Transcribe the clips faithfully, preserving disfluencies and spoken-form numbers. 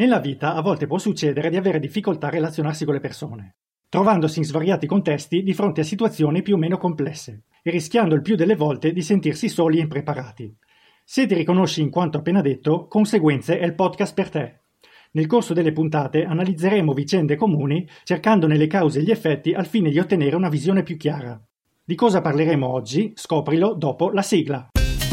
Nella vita a volte può succedere di avere difficoltà a relazionarsi con le persone, trovandosi in svariati contesti di fronte a situazioni più o meno complesse e rischiando il più delle volte di sentirsi soli e impreparati. Se ti riconosci in quanto appena detto, Conseguenze è il podcast per te. Nel corso delle puntate analizzeremo vicende comuni cercandone le cause e gli effetti al fine di ottenere una visione più chiara. Di cosa parleremo oggi? Scoprilo dopo la sigla.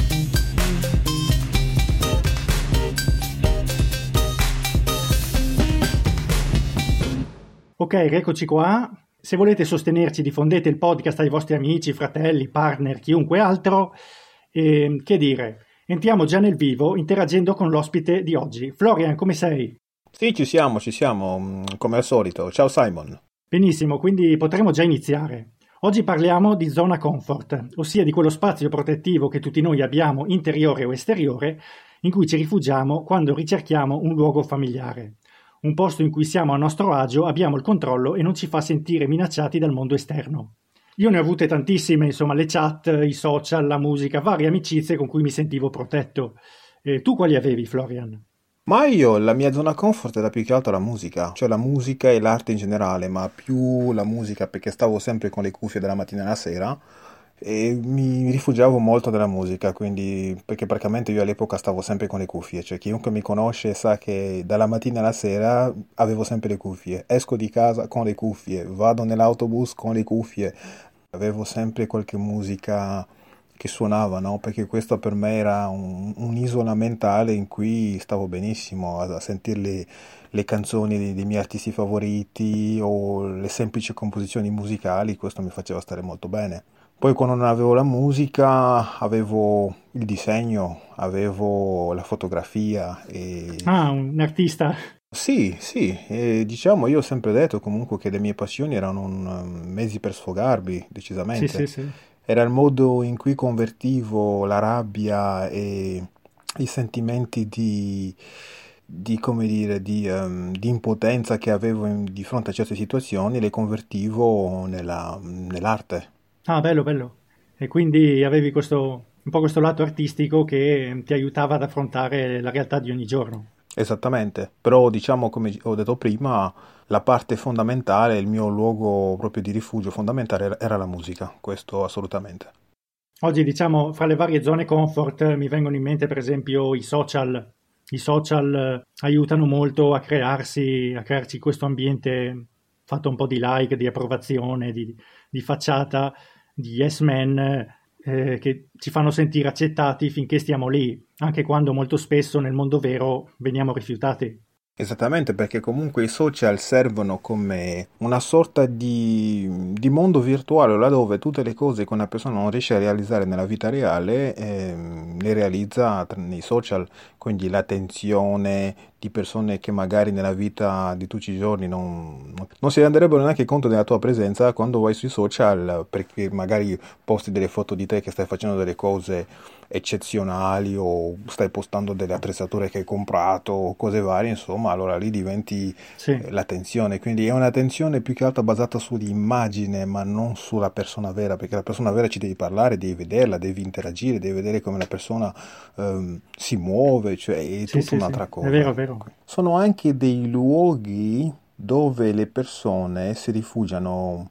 Ok, rieccoci qua. Se volete sostenerci, diffondete il podcast ai vostri amici, fratelli, partner, chiunque altro. E, che dire, entriamo già nel vivo interagendo con l'ospite di oggi. Florian, come sei? Sì, ci siamo, ci siamo, come al solito. Ciao Simon. Benissimo, quindi potremo già iniziare. Oggi parliamo di zona comfort, ossia di quello spazio protettivo che tutti noi abbiamo, interiore o esteriore, in cui ci rifugiamo quando ricerchiamo un luogo familiare. Un posto in cui siamo a nostro agio, abbiamo il controllo e non ci fa sentire minacciati dal mondo esterno. Io ne ho avute tantissime, insomma, le chat, i social, la musica, varie amicizie con cui mi sentivo protetto. E tu quali avevi, Florian? Ma io, la mia zona comfort era più che altro la musica, cioè la musica e l'arte in generale, ma più la musica perché stavo sempre con le cuffie dalla mattina alla sera e mi rifugiavo molto dalla musica, quindi perché praticamente io all'epoca stavo sempre con le cuffie, cioè chiunque mi conosce sa che dalla mattina alla sera avevo sempre le cuffie, esco di casa con le cuffie, vado nell'autobus con le cuffie, avevo sempre qualche musica che suonava, no? Perché questo per me era un, un'isola mentale in cui stavo benissimo a, a sentire le, le canzoni dei, dei miei artisti favoriti o le semplici composizioni musicali, questo mi faceva stare molto bene. Poi quando non avevo la musica, avevo il disegno, avevo la fotografia e... Ah, un artista. Sì, sì, e diciamo io ho sempre detto comunque che le mie passioni erano un, um, mezzi per sfogarmi, Sì, sì, decisamente. sì. Era il modo in cui convertivo la rabbia e i sentimenti di, di come dire, di, ehm, di impotenza che avevo in- di fronte a certe situazioni, le convertivo nella- nell'arte. Ah, bello, bello. E quindi avevi questo, un po' questo lato artistico che ti aiutava ad affrontare la realtà di ogni giorno. Esattamente, però diciamo come ho detto prima, la parte fondamentale, il mio luogo proprio di rifugio fondamentale era era la musica, questo assolutamente. Oggi, diciamo, fra le varie zone comfort eh, mi vengono in mente per esempio i social. I social eh, aiutano molto a crearsi, a crearci questo ambiente fatto un po' di like, di approvazione, di, di facciata, di yes man, eh, che ci fanno sentire accettati finché stiamo lì, anche quando molto spesso nel mondo vero veniamo rifiutati. Esattamente, perché comunque i social servono come una sorta di, di mondo virtuale, là dove tutte le cose che una persona non riesce a realizzare nella vita reale, ehm, le realizza tra- nei social. Quindi l'attenzione di persone che magari nella vita di tutti i giorni non, non- non si renderebbero neanche conto della tua presenza quando vai sui social, perché magari posti delle foto di te che stai facendo delle cose eccezionali o stai postando delle attrezzature che hai comprato o cose varie, insomma, allora lì diventi Sì, eh, l'attenzione. Quindi è un'attenzione più che altro basata sull'immagine, ma non sulla persona vera, perché la persona vera ci devi parlare, devi vederla, devi interagire, devi vedere come la persona ehm, si muove, cioè è sì, tutta sì, sì, un'altra è vero, è cosa. vero. Sono anche dei luoghi dove le persone si rifugiano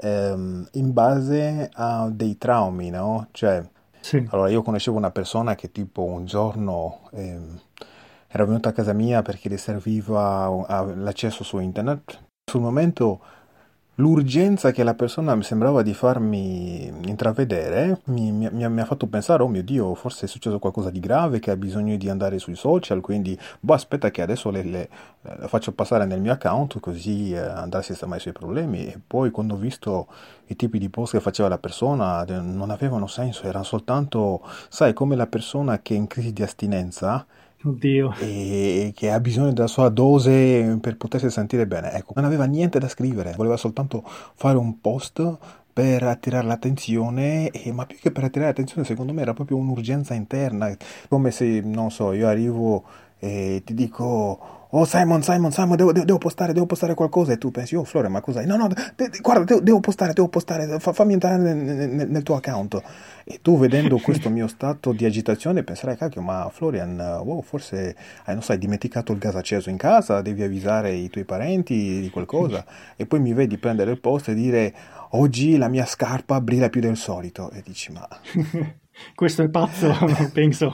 ehm, in base a dei traumi, no? Cioè, Sì. allora io conoscevo una persona che tipo un giorno ehm, era venuta a casa mia perché le serviva un- a- l'accesso su internet. Sul momento l'urgenza che la persona mi sembrava di farmi intravedere mi, mi- mi ha mi ha fatto pensare, oh mio Dio, forse è successo qualcosa di grave che ha bisogno di andare sui social, quindi boh, aspetta che adesso le, le- la faccio passare nel mio account così eh, andrà a sistemare i suoi problemi. E poi quando ho visto i tipi di post che faceva la persona, eh, non avevano senso, erano soltanto, sai, come la persona che è in crisi di astinenza Oddio. e che ha bisogno della sua dose per potersi sentire bene. Ecco, non aveva niente da scrivere, voleva soltanto fare un post per attirare l'attenzione, e, ma più che per attirare l'attenzione, secondo me era proprio un'urgenza interna, come se, non so, io arrivo e ti dico, oh Simon, Simon, Simon, devo, devo- devo postare, devo postare qualcosa, e tu pensi, oh Flore, ma cos'hai? No, no, de- de- guarda, devo, devo postare, devo postare, fa- fammi entrare nel, nel- nel tuo account. E tu, vedendo questo mio stato di agitazione, penserai, cacchio, ma Florian, eh, wow, forse, eh, non so, hai dimenticato il gas acceso in casa, devi avvisare i tuoi parenti di qualcosa, e poi mi vedi prendere il post e dire, oggi la mia scarpa brilla più del solito, e dici, ma... Questo è pazzo, penso.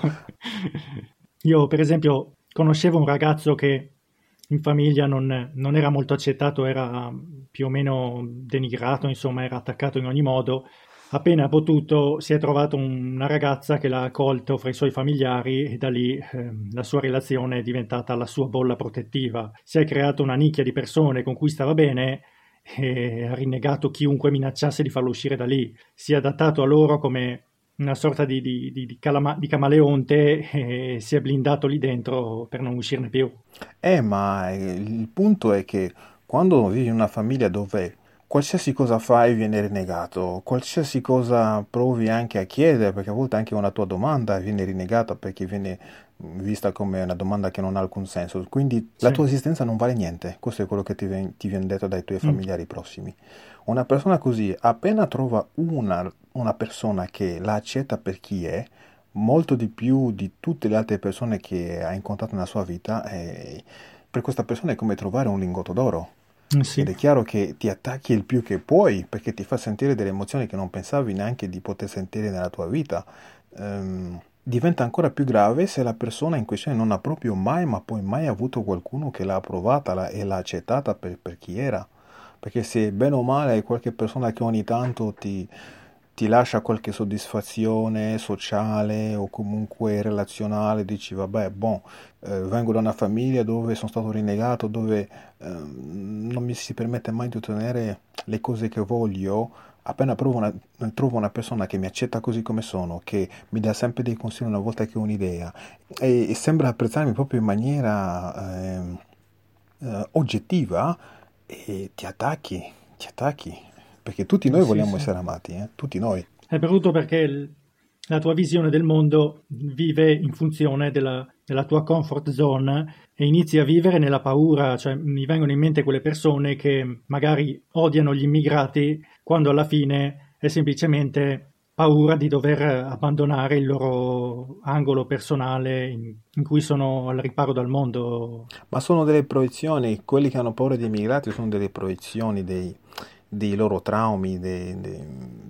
Io, per esempio, conoscevo un ragazzo che in famiglia non, non era molto accettato, era più o meno denigrato, insomma, era attaccato in ogni modo. Appena potuto si è trovato una ragazza che l'ha accolto fra i suoi familiari e da lì ehm, la sua relazione è diventata la sua bolla protettiva. Si è creata una nicchia di persone con cui stava bene e ha rinnegato chiunque minacciasse di farlo uscire da lì. Si è adattato a loro come una sorta di, di- di- di calama- di camaleonte e si è blindato lì dentro per non uscirne più. Eh, ma eh, il punto è che quando vivi in una famiglia dove qualsiasi cosa fai viene rinnegato, qualsiasi cosa provi anche a chiedere, perché a volte anche una tua domanda viene rinnegata perché viene mm, vista come una domanda che non ha alcun senso, quindi la Sì. tua esistenza non vale niente. Questo è quello che ti, ven- ti viene detto dai tuoi Mm. familiari prossimi. Una persona così, appena trova una, una persona che la accetta per chi è, molto di più di tutte le altre persone che ha incontrato nella sua vita, eh, per questa persona è come trovare un lingotto d'oro. Eh Ed sì. è chiaro che ti attacchi il più che puoi perché ti fa sentire delle emozioni che non pensavi neanche di poter sentire nella tua vita. Ehm, diventa ancora più grave se la persona in questione non ha proprio mai, ma poi mai avuto qualcuno che l'ha approvata la- e l'ha accettata per, per chi era. Perché se bene o male hai qualche persona che ogni tanto ti, ti lascia qualche soddisfazione sociale o comunque relazionale, dici vabbè, boh, eh, vengo da una famiglia dove sono stato rinnegato, dove ehm, non mi si permette mai di ottenere le cose che voglio, appena provo una- trovo una persona che mi accetta così come sono, che mi dà sempre dei consigli una volta che ho un'idea e, e sembra apprezzarmi proprio in maniera ehm, eh, oggettiva e ti attacchi, ti attacchi, perché tutti Eh noi sì, vogliamo sì. essere amati, eh? Tutti noi. È brutto perché il- la tua visione del mondo vive in funzione della, della tua comfort zone e inizi a vivere nella paura, cioè mi vengono in mente quelle persone che magari odiano gli immigrati quando alla fine è semplicemente paura di dover abbandonare il loro angolo personale in, in cui sono al riparo dal mondo. Ma sono delle proiezioni, quelli che hanno paura degli immigrati sono delle proiezioni dei, dei loro traumi, dei- dei-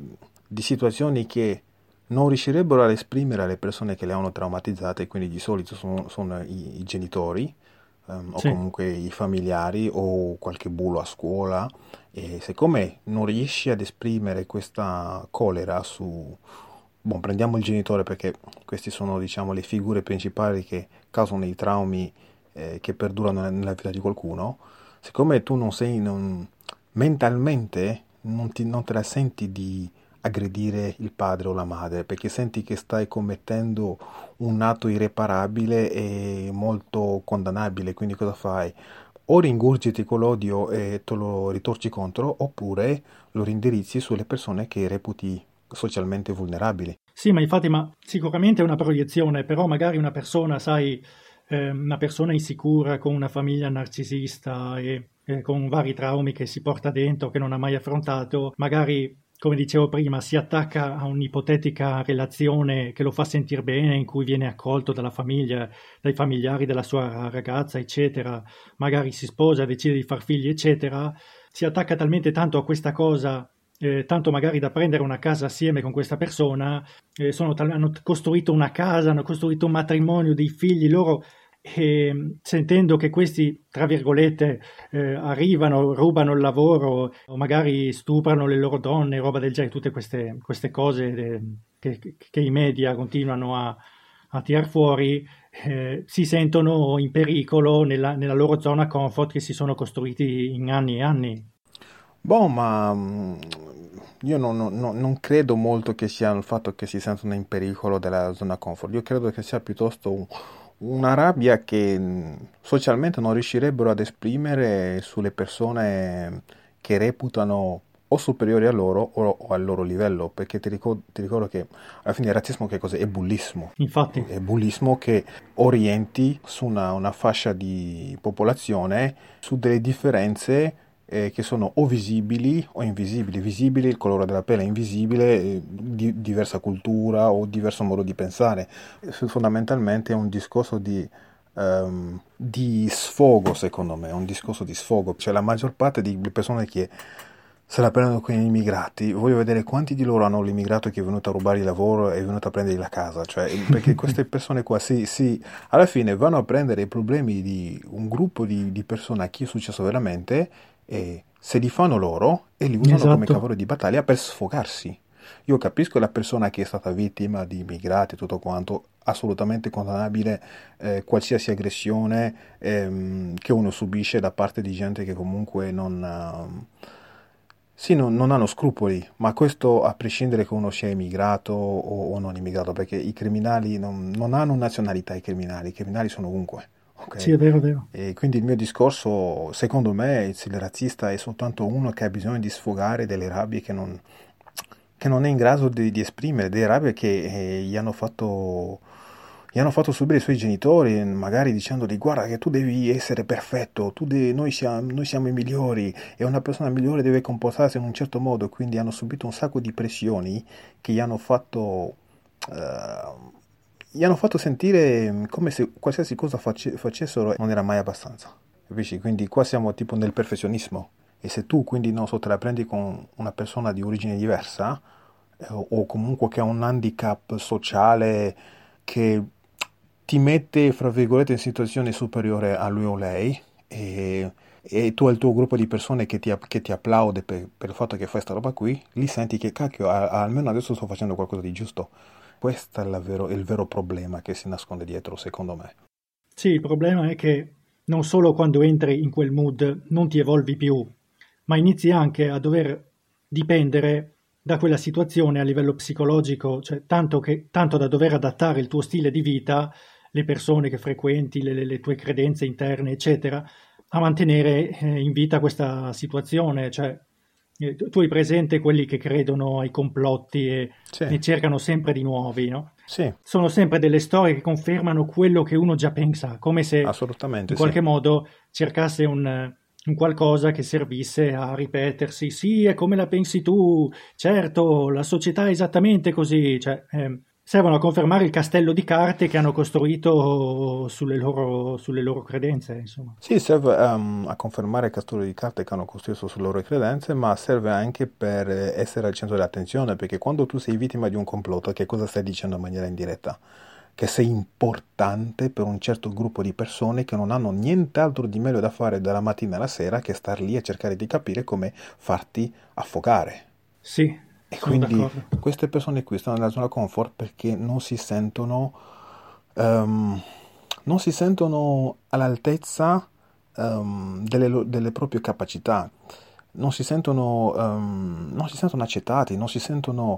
di situazioni che non riuscirebbero ad esprimere alle persone che le hanno traumatizzate, quindi di solito sono, sono i, i genitori, ehm, o Sì, comunque i familiari o qualche bullo a scuola. E siccome non riesci ad esprimere questa collera su... Boh, prendiamo il genitore perché queste sono, diciamo, le figure principali che causano i traumi eh, che perdurano nella vita di qualcuno, siccome tu non sei, non- mentalmente non, ti- non te la senti di aggredire il padre o la madre, perché senti che stai commettendo un atto irreparabile e molto condannabile, quindi cosa fai? O ringurgiti con l'odio e te lo ritorci contro, oppure lo rindirizzi sulle persone che reputi socialmente vulnerabili. sì, ma infatti, ma sicuramente è una proiezione, però magari una persona, sai, eh, una persona insicura con una famiglia narcisista e, e con vari traumi che si porta dentro, che non ha mai affrontato, magari, come dicevo prima, si attacca a un'ipotetica relazione che lo fa sentire bene, in cui viene accolto dalla famiglia, dai familiari della sua ragazza, eccetera, magari si sposa, decide di far figli, eccetera, si attacca talmente tanto a questa cosa, eh, tanto magari da prendere una casa assieme con questa persona, eh, sono tal- hanno costruito una casa, hanno costruito un matrimonio, dei figli, loro e sentendo che questi, tra virgolette, eh, arrivano, rubano il lavoro o magari stuprano le loro donne, roba del genere, tutte queste, queste cose eh, che, che i media continuano a, a tirar fuori, eh, si sentono in pericolo nella, nella loro zona comfort che si sono costruiti in anni e anni. Boh, ma mm, io non, non- non- non credo molto che sia il fatto che si sentono in pericolo della zona comfort. Io credo che sia piuttosto un- una rabbia che mm, socialmente non riuscirebbero ad esprimere sulle persone che reputano o superiori a loro o, o al loro livello, perché ti ricordo, ti ricordo che alla fine il razzismo che cos'è? È bullismo. Infatti. È bullismo che orienti su una, una fascia di popolazione su delle differenze eh, che sono o visibili o invisibili. Visibili, il colore della pelle, invisibile, eh, di, diversa cultura o diverso modo di pensare. Fondamentalmente è un discorso di Um, di sfogo, secondo me, è un discorso di sfogo. Cioè la maggior parte di persone che se la prendono con gli immigrati, voglio vedere quanti di loro hanno l'immigrato che è venuto a rubare il lavoro e è venuto a prendergli la casa, cioè, perché queste persone qua sì, sì, alla fine vanno a prendere i problemi di un gruppo di, di persone a chi è successo veramente e se li fanno loro e li usano Esatto. come cavallo di battaglia per sfogarsi. Io capisco la persona che è stata vittima di immigrati e tutto quanto, assolutamente condannabile eh, qualsiasi aggressione ehm, che uno subisce da parte di gente che comunque non, uh, sì, non, non hanno scrupoli, ma questo a prescindere che uno sia immigrato o, o non immigrato, perché i criminali non, non hanno nazionalità, i criminali, i criminali sono ovunque. Okay? Sì, è vero, è vero. E quindi il mio discorso, secondo me, il razzista è soltanto uno che ha bisogno di sfogare delle rabbie che non, che non è in grado di, di esprimere, delle rabbie che eh, gli hanno fatto, gli hanno fatto subire i suoi genitori, magari dicendogli guarda che tu devi essere perfetto, tu de- noi, siamo, noi siamo i migliori e una persona migliore deve comportarsi in un certo modo, quindi hanno subito un sacco di pressioni che gli hanno fatto... Uh, gli hanno fatto sentire come se qualsiasi cosa face- facessero non era mai abbastanza, capisci? Quindi qua siamo tipo nel perfezionismo e se tu quindi non so te la prendi con una persona di origine diversa eh, o comunque che ha un handicap sociale che ti mette fra virgolette in situazione superiore a lui o lei e, e tu e il tuo gruppo di persone che ti, che ti applaude per, per il fatto che fai sta roba qui, lì senti che cacchio, a, almeno adesso sto facendo qualcosa di giusto. Questo è, vero, è il vero problema che si nasconde dietro, secondo me. Sì, il problema è che non solo quando entri in quel mood non ti evolvi più, ma inizi anche a dover dipendere da quella situazione a livello psicologico, cioè tanto, che, tanto da dover adattare il tuo stile di vita, le persone che frequenti, le, le, le tue credenze interne, eccetera, a mantenere eh, in vita questa situazione. Cioè, eh, tu hai presente quelli che credono ai complotti e Sì. ne cercano sempre di nuovi, no? Sì. Sono sempre delle storie che confermano quello che uno già pensa, come se Assolutamente, in qualche sì. modo cercasse un, un qualcosa che servisse a ripetersi. Sì, è come la pensi tu, certo, la società è esattamente così. Cioè, eh, servono a confermare il castello di carte che hanno costruito sulle loro, sulle loro credenze, insomma. Sì, serve um, a confermare il castello di carte che hanno costruito sulle loro credenze, ma serve anche per essere al centro dell'attenzione, perché quando tu sei vittima di un complotto, che cosa stai dicendo in maniera indiretta? Che sei importante per un certo gruppo di persone che non hanno nient'altro di meglio da fare dalla mattina alla sera che star lì a cercare di capire come farti affogare. Sì, E sono quindi d'accordo. queste persone qui stanno nella zona comfort perché non si sentono, um, non si sentono all'altezza um, delle, lo- delle proprie capacità, non si sentono, um, non si sentono accettati, non si sentono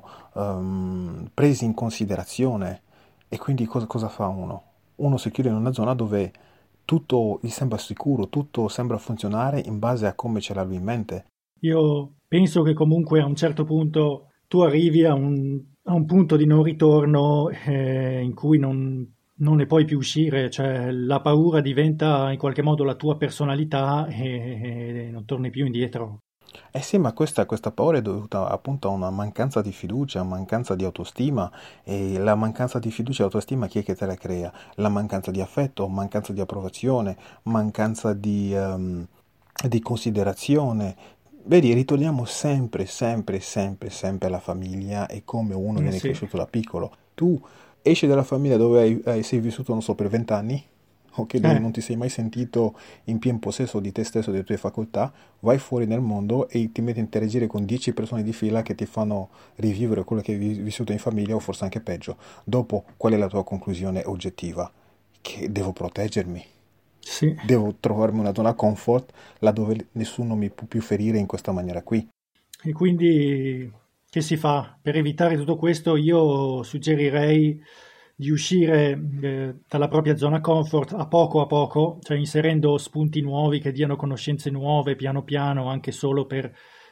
um, presi in considerazione. E quindi cosa, cosa fa uno? Uno si chiude in una zona dove tutto gli sembra sicuro, tutto sembra funzionare in base a come ce l'ha lui in mente. Io penso che comunque a un certo punto tu arrivi a un, a un punto di non ritorno eh, in cui non, non ne puoi più uscire, cioè la paura diventa in qualche modo la tua personalità e, e non torni più indietro. Eh sì, ma questa, questa paura è dovuta appunto a una mancanza di fiducia, mancanza di autostima e la mancanza di fiducia e autostima chi è che te la crea? La mancanza di affetto, mancanza di approvazione, mancanza di, ehm, di considerazione. Vedi, ritorniamo sempre, sempre, sempre, sempre alla famiglia e come uno Eh viene sì, cresciuto da piccolo. Tu esci dalla famiglia dove hai- hai- sei vissuto, non so, per vent'anni, ok, dove eh, non ti sei mai sentito in pieno possesso di te stesso e delle tue facoltà, vai fuori nel mondo e ti metti a interagire con dieci persone di fila che ti fanno rivivere quello che hai vissuto in famiglia o forse anche peggio. Dopo, qual è la tua conclusione oggettiva? Che devo proteggermi, sì. devo trovarmi una zona comfort laddove nessuno mi può più ferire in questa maniera qui. E quindi che si fa? Per evitare tutto questo io suggerirei di uscire eh, dalla propria zona comfort a poco a poco, cioè inserendo spunti nuovi che diano conoscenze nuove piano piano, anche solo per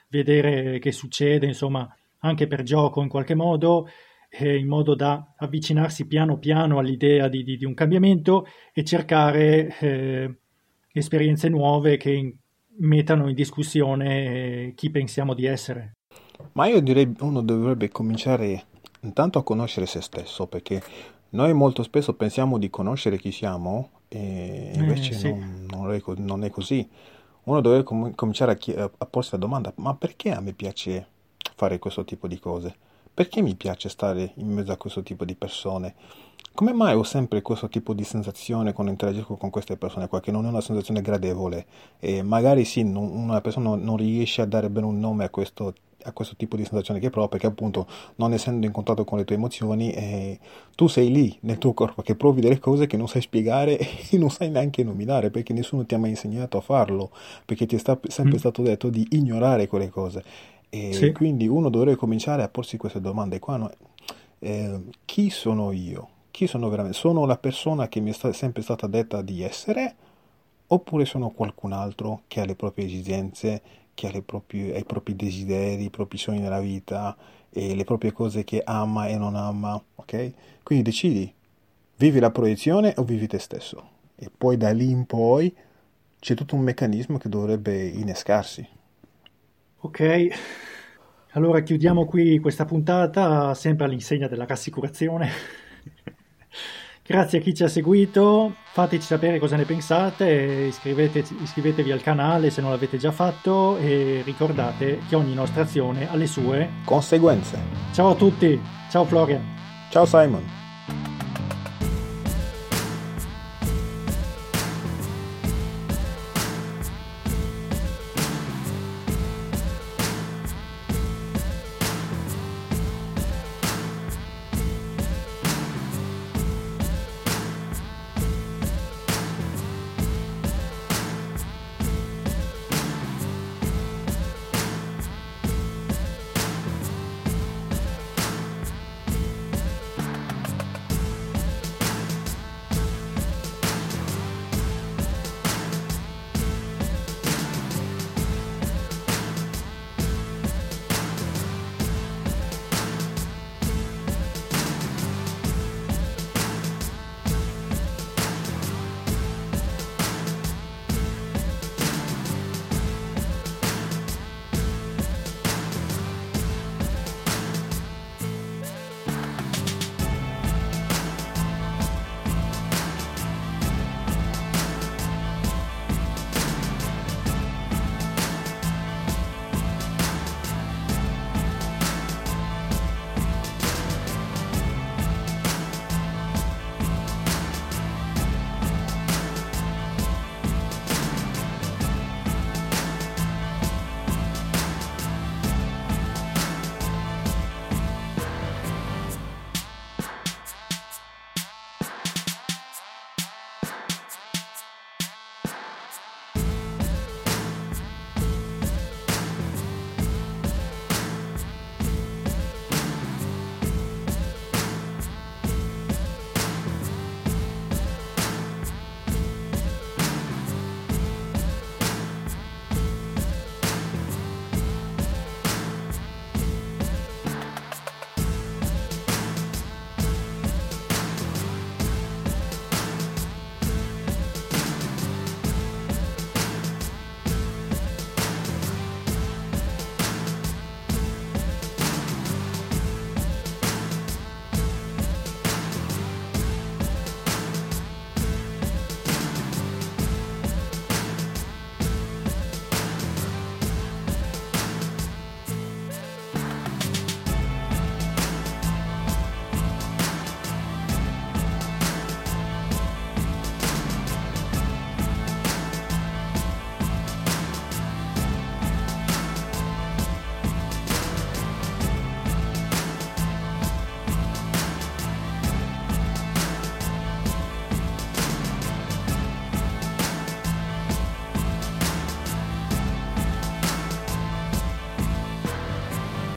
vedere che succede, insomma, anche per gioco in qualche modo, eh, in modo da avvicinarsi piano piano all'idea di, di- di un cambiamento e cercare eh, esperienze nuove che in- mettano in discussione eh, chi pensiamo di essere. Ma io direi uno dovrebbe cominciare intanto a conoscere se stesso, perché noi molto spesso pensiamo di conoscere chi siamo e Eh, invece sì, non, non è, co- non è così. Uno deve com- cominciare a, chie- a porsi la domanda, ma perché a me piace fare questo tipo di cose? Perché mi piace stare in mezzo a questo tipo di persone? Come mai ho sempre questo tipo di sensazione quando interagisco con queste persone qua, che non è una sensazione gradevole? E magari sì, non- una persona non non riesce a dare bene un nome a questo, a questo tipo di sensazione che prova, perché appunto non essendo in contatto con le tue emozioni, eh, tu sei lì nel tuo corpo che provi delle cose che non sai spiegare e non sai neanche nominare, perché nessuno ti ha mai insegnato a farlo, perché ti è sta- sempre mm, stato detto di ignorare quelle cose. E sì, quindi uno dovrebbe cominciare a porsi queste domande qua, no? Eh, chi sono io? Chi sono veramente? Sono la persona che mi è sta- sempre stata detta di essere? Oppure sono qualcun altro che ha le proprie esigenze, che ha, le proprie- ha i propri desideri, i propri sogni nella vita e le proprie cose che ama e non ama, ok? Quindi decidi, vivi la proiezione o vivi te stesso? E poi da lì in poi c'è tutto un meccanismo che dovrebbe innescarsi. ok. Allora chiudiamo qui questa puntata, sempre all'insegna della rassicurazione. Grazie a chi ci ha seguito, fateci sapere cosa ne pensate, iscrivete- iscrivetevi al canale se non l'avete già fatto e ricordate che ogni nostra azione ha le sue. Conseguenze. Ciao a tutti, ciao Florian. Ciao Simon.